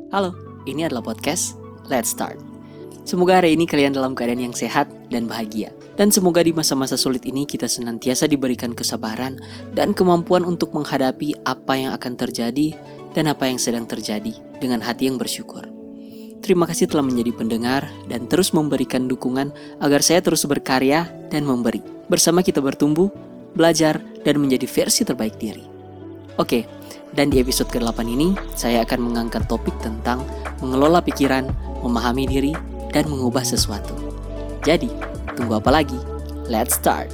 Halo, ini adalah podcast Let's Start. Semoga hari ini kalian dalam keadaan yang sehat dan bahagia. Dan semoga di masa-masa sulit ini kita senantiasa diberikan kesabaran dan kemampuan untuk menghadapi apa yang akan terjadi dan apa yang sedang terjadi dengan hati yang bersyukur. Terima kasih telah menjadi pendengar dan terus memberikan dukungan agar saya terus berkarya dan memberi. Bersama kita bertumbuh, belajar, dan menjadi versi terbaik diri. Oke, dan di episode ke-8 ini, saya akan mengangkat topik tentang mengelola pikiran, memahami diri, dan mengubah sesuatu. Jadi, tunggu apa lagi? Let's start!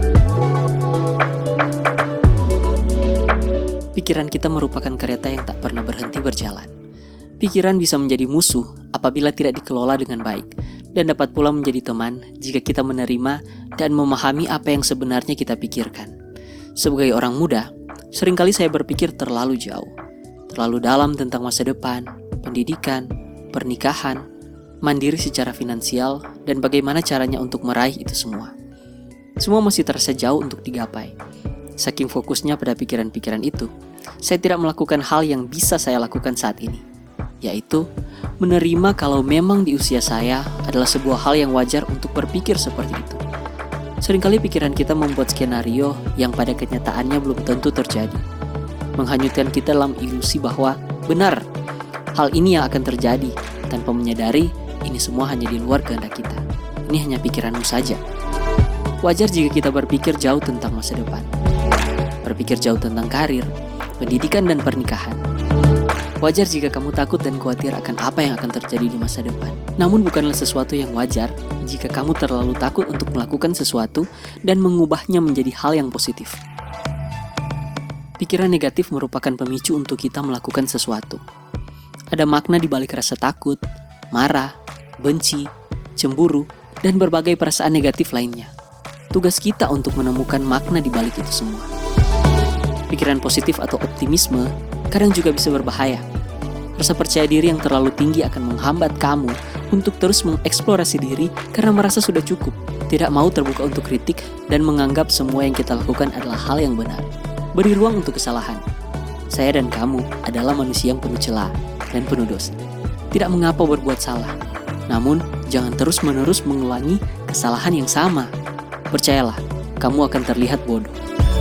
Pikiran kita merupakan kereta yang tak pernah berhenti berjalan. Pikiran bisa menjadi musuh apabila tidak dikelola dengan baik, dan dapat pula menjadi teman jika kita menerima dan memahami apa yang sebenarnya kita pikirkan. Sebagai orang muda, seringkali saya berpikir terlalu jauh, terlalu dalam tentang masa depan, pendidikan, pernikahan, mandiri secara finansial, dan bagaimana caranya untuk meraih itu semua. Semua masih terasa jauh untuk digapai. Saking fokusnya pada pikiran-pikiran itu, saya tidak melakukan hal yang bisa saya lakukan saat ini, yaitu menerima kalau memang di usia saya adalah sebuah hal yang wajar untuk berpikir seperti itu. Seringkali pikiran kita membuat skenario yang pada kenyataannya belum tentu terjadi, menghanyutkan kita dalam ilusi bahwa benar, hal ini yang akan terjadi, tanpa menyadari ini semua hanya di luar kehendak kita. Ini hanya pikiranmu saja. Wajar jika kita berpikir jauh tentang masa depan, berpikir jauh tentang karir, pendidikan, dan pernikahan. Wajar jika kamu takut dan khawatir akan apa yang akan terjadi di masa depan. Namun bukanlah sesuatu yang wajar jika kamu terlalu takut untuk melakukan sesuatu dan mengubahnya menjadi hal yang positif. Pikiran negatif merupakan pemicu untuk kita melakukan sesuatu. Ada makna di balik rasa takut, marah, benci, cemburu, dan berbagai perasaan negatif lainnya. Tugas kita untuk menemukan makna di balik itu semua. Pikiran positif atau optimisme kadang juga bisa berbahaya. Rasa percaya diri yang terlalu tinggi akan menghambat kamu untuk terus mengeksplorasi diri karena merasa sudah cukup, tidak mau terbuka untuk kritik, dan menganggap semua yang kita lakukan adalah hal yang benar. Beri ruang untuk kesalahan. Saya dan kamu adalah manusia yang penuh celah dan penuh dosa. Tidak mengapa berbuat salah, namun jangan terus-menerus mengulangi kesalahan yang sama. Percayalah, kamu akan terlihat bodoh.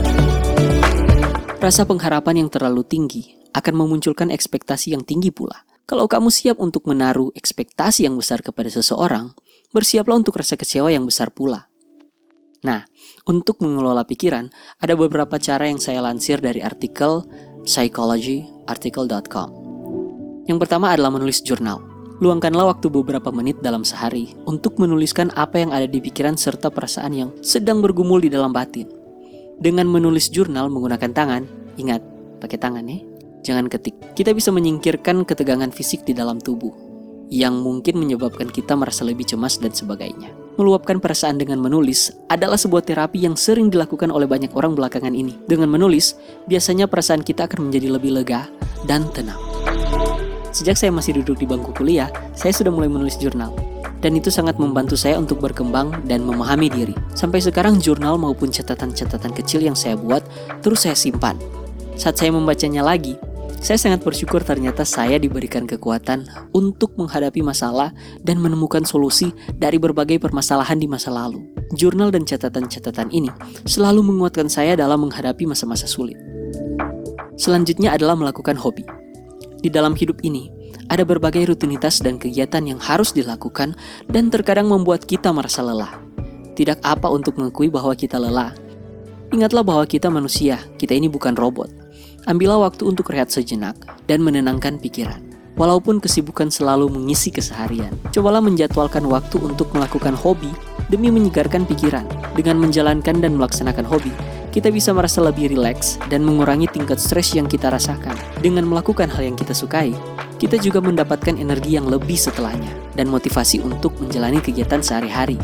Rasa pengharapan yang terlalu tinggi akan memunculkan ekspektasi yang tinggi pula. Kalau kamu siap untuk menaruh ekspektasi yang besar kepada seseorang, bersiaplah untuk rasa kecewa yang besar pula. Nah, untuk mengelola pikiran, ada beberapa cara yang saya lansir dari artikel psychologyarticle.com. Yang pertama adalah menulis jurnal. Luangkanlah waktu beberapa menit dalam sehari untuk menuliskan apa yang ada di pikiran serta perasaan yang sedang bergumul di dalam batin. Dengan menulis jurnal menggunakan tangan, ingat, pakai tangan ya, jangan ketik. Kita bisa menyingkirkan ketegangan fisik di dalam tubuh, yang mungkin menyebabkan kita merasa lebih cemas dan sebagainya. Meluapkan perasaan dengan menulis adalah sebuah terapi yang sering dilakukan oleh banyak orang belakangan ini. Dengan menulis, biasanya perasaan kita akan menjadi lebih lega dan tenang. Sejak saya masih duduk di bangku kuliah, saya sudah mulai menulis jurnal. Dan itu sangat membantu saya untuk berkembang dan memahami diri. Sampai sekarang jurnal maupun catatan-catatan kecil yang saya buat terus saya simpan. Saat saya membacanya lagi, saya sangat bersyukur ternyata saya diberikan kekuatan untuk menghadapi masalah dan menemukan solusi dari berbagai permasalahan di masa lalu. Jurnal dan catatan-catatan ini selalu menguatkan saya dalam menghadapi masa-masa sulit. Selanjutnya adalah melakukan hobi. Di dalam hidup ini, ada berbagai rutinitas dan kegiatan yang harus dilakukan dan terkadang membuat kita merasa lelah. Tidak apa untuk mengakui bahwa kita lelah. Ingatlah bahwa kita manusia, kita ini bukan robot. Ambillah waktu untuk rehat sejenak dan menenangkan pikiran. Walaupun kesibukan selalu mengisi keseharian, cobalah menjadwalkan waktu untuk melakukan hobi demi menyegarkan pikiran. Dengan menjalankan dan melaksanakan hobi, kita bisa merasa lebih rileks dan mengurangi tingkat stres yang kita rasakan. Dengan melakukan hal yang kita sukai, kita juga mendapatkan energi yang lebih setelahnya dan motivasi untuk menjalani kegiatan sehari-hari.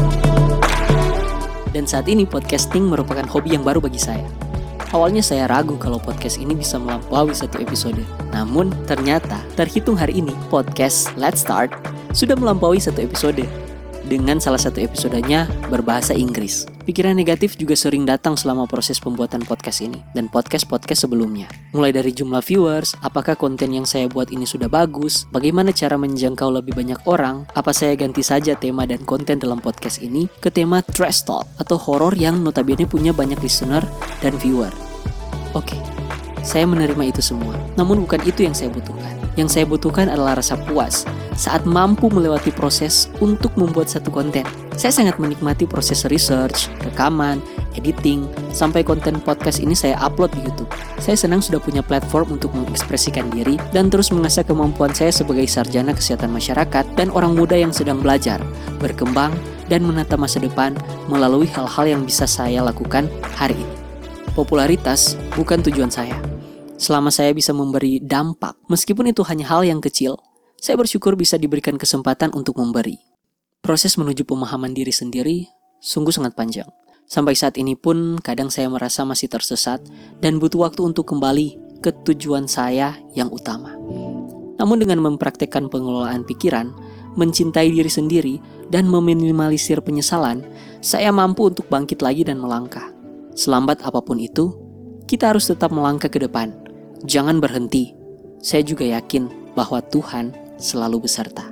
Dan saat ini podcasting merupakan hobi yang baru bagi saya. Awalnya saya ragu kalau podcast ini bisa melampaui 1 episode. Namun ternyata terhitung hari ini podcast Let's Start sudah melampaui 1 episode. Dengan salah satu episodenya berbahasa Inggris. Pikiran negatif juga sering datang selama proses pembuatan podcast ini dan podcast-podcast sebelumnya. Mulai dari jumlah viewers, apakah konten yang saya buat ini sudah bagus, bagaimana cara menjangkau lebih banyak orang, apa saya ganti saja tema dan konten dalam podcast ini ke tema trash talk atau horor yang notabene punya banyak listener dan viewer. Oke, saya menerima itu semua, namun bukan itu yang saya butuhkan. Yang saya butuhkan adalah rasa puas saat mampu melewati proses untuk membuat satu konten. Saya sangat menikmati proses research, rekaman, editing, sampai konten podcast ini saya upload di YouTube. Saya senang sudah punya platform untuk mengekspresikan diri dan terus mengasah kemampuan saya sebagai sarjana kesehatan masyarakat dan orang muda yang sedang belajar, berkembang, dan menata masa depan melalui hal-hal yang bisa saya lakukan hari ini. Popularitas bukan tujuan saya. Selama saya bisa memberi dampak, meskipun itu hanya hal yang kecil, saya bersyukur bisa diberikan kesempatan untuk memberi. Proses menuju pemahaman diri sendiri sungguh sangat panjang. Sampai saat ini pun kadang saya merasa masih tersesat dan butuh waktu untuk kembali ke tujuan saya yang utama. Namun dengan mempraktekkan pengelolaan pikiran, mencintai diri sendiri, dan meminimalisir penyesalan, saya mampu untuk bangkit lagi dan melangkah. Selambat apapun itu, kita harus tetap melangkah ke depan. Jangan berhenti. Saya juga yakin bahwa Tuhan selalu beserta.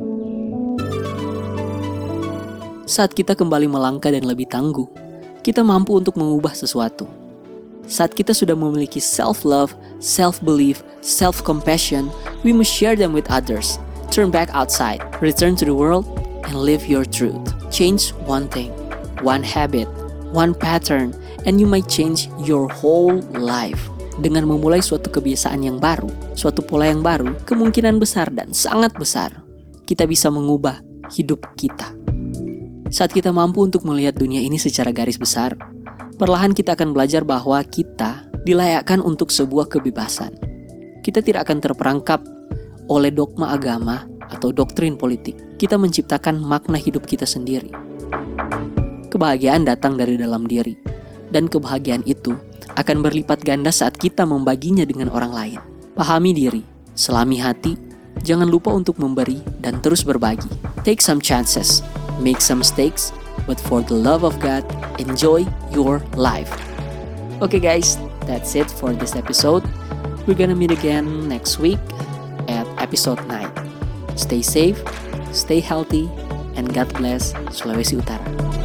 Saat kita kembali melangkah dan lebih tangguh, kita mampu untuk mengubah sesuatu. Saat kita sudah memiliki self-love, self-belief, self-compassion, we must share them with others. Turn back outside, return to the world, and live your truth. Change one thing, one habit, one pattern, and you might change your whole life. Dengan memulai suatu kebiasaan yang baru, suatu pola yang baru, kemungkinan besar dan sangat besar, kita bisa mengubah hidup kita. Saat kita mampu untuk melihat dunia ini secara garis besar, perlahan kita akan belajar bahwa kita dilayakkan untuk sebuah kebebasan. Kita tidak akan terperangkap oleh dogma agama atau doktrin politik. Kita menciptakan makna hidup kita sendiri. Kebahagiaan datang dari dalam diri, dan kebahagiaan itu akan berlipat ganda saat kita membaginya dengan orang lain. Pahami diri, selami hati, jangan lupa untuk memberi dan terus berbagi. Take some chances, make some mistakes, but for the love of God, enjoy your life. Okay guys, that's it for this episode. We're gonna meet again next week at episode 9. Stay safe, stay healthy, and God bless Sulawesi Utara.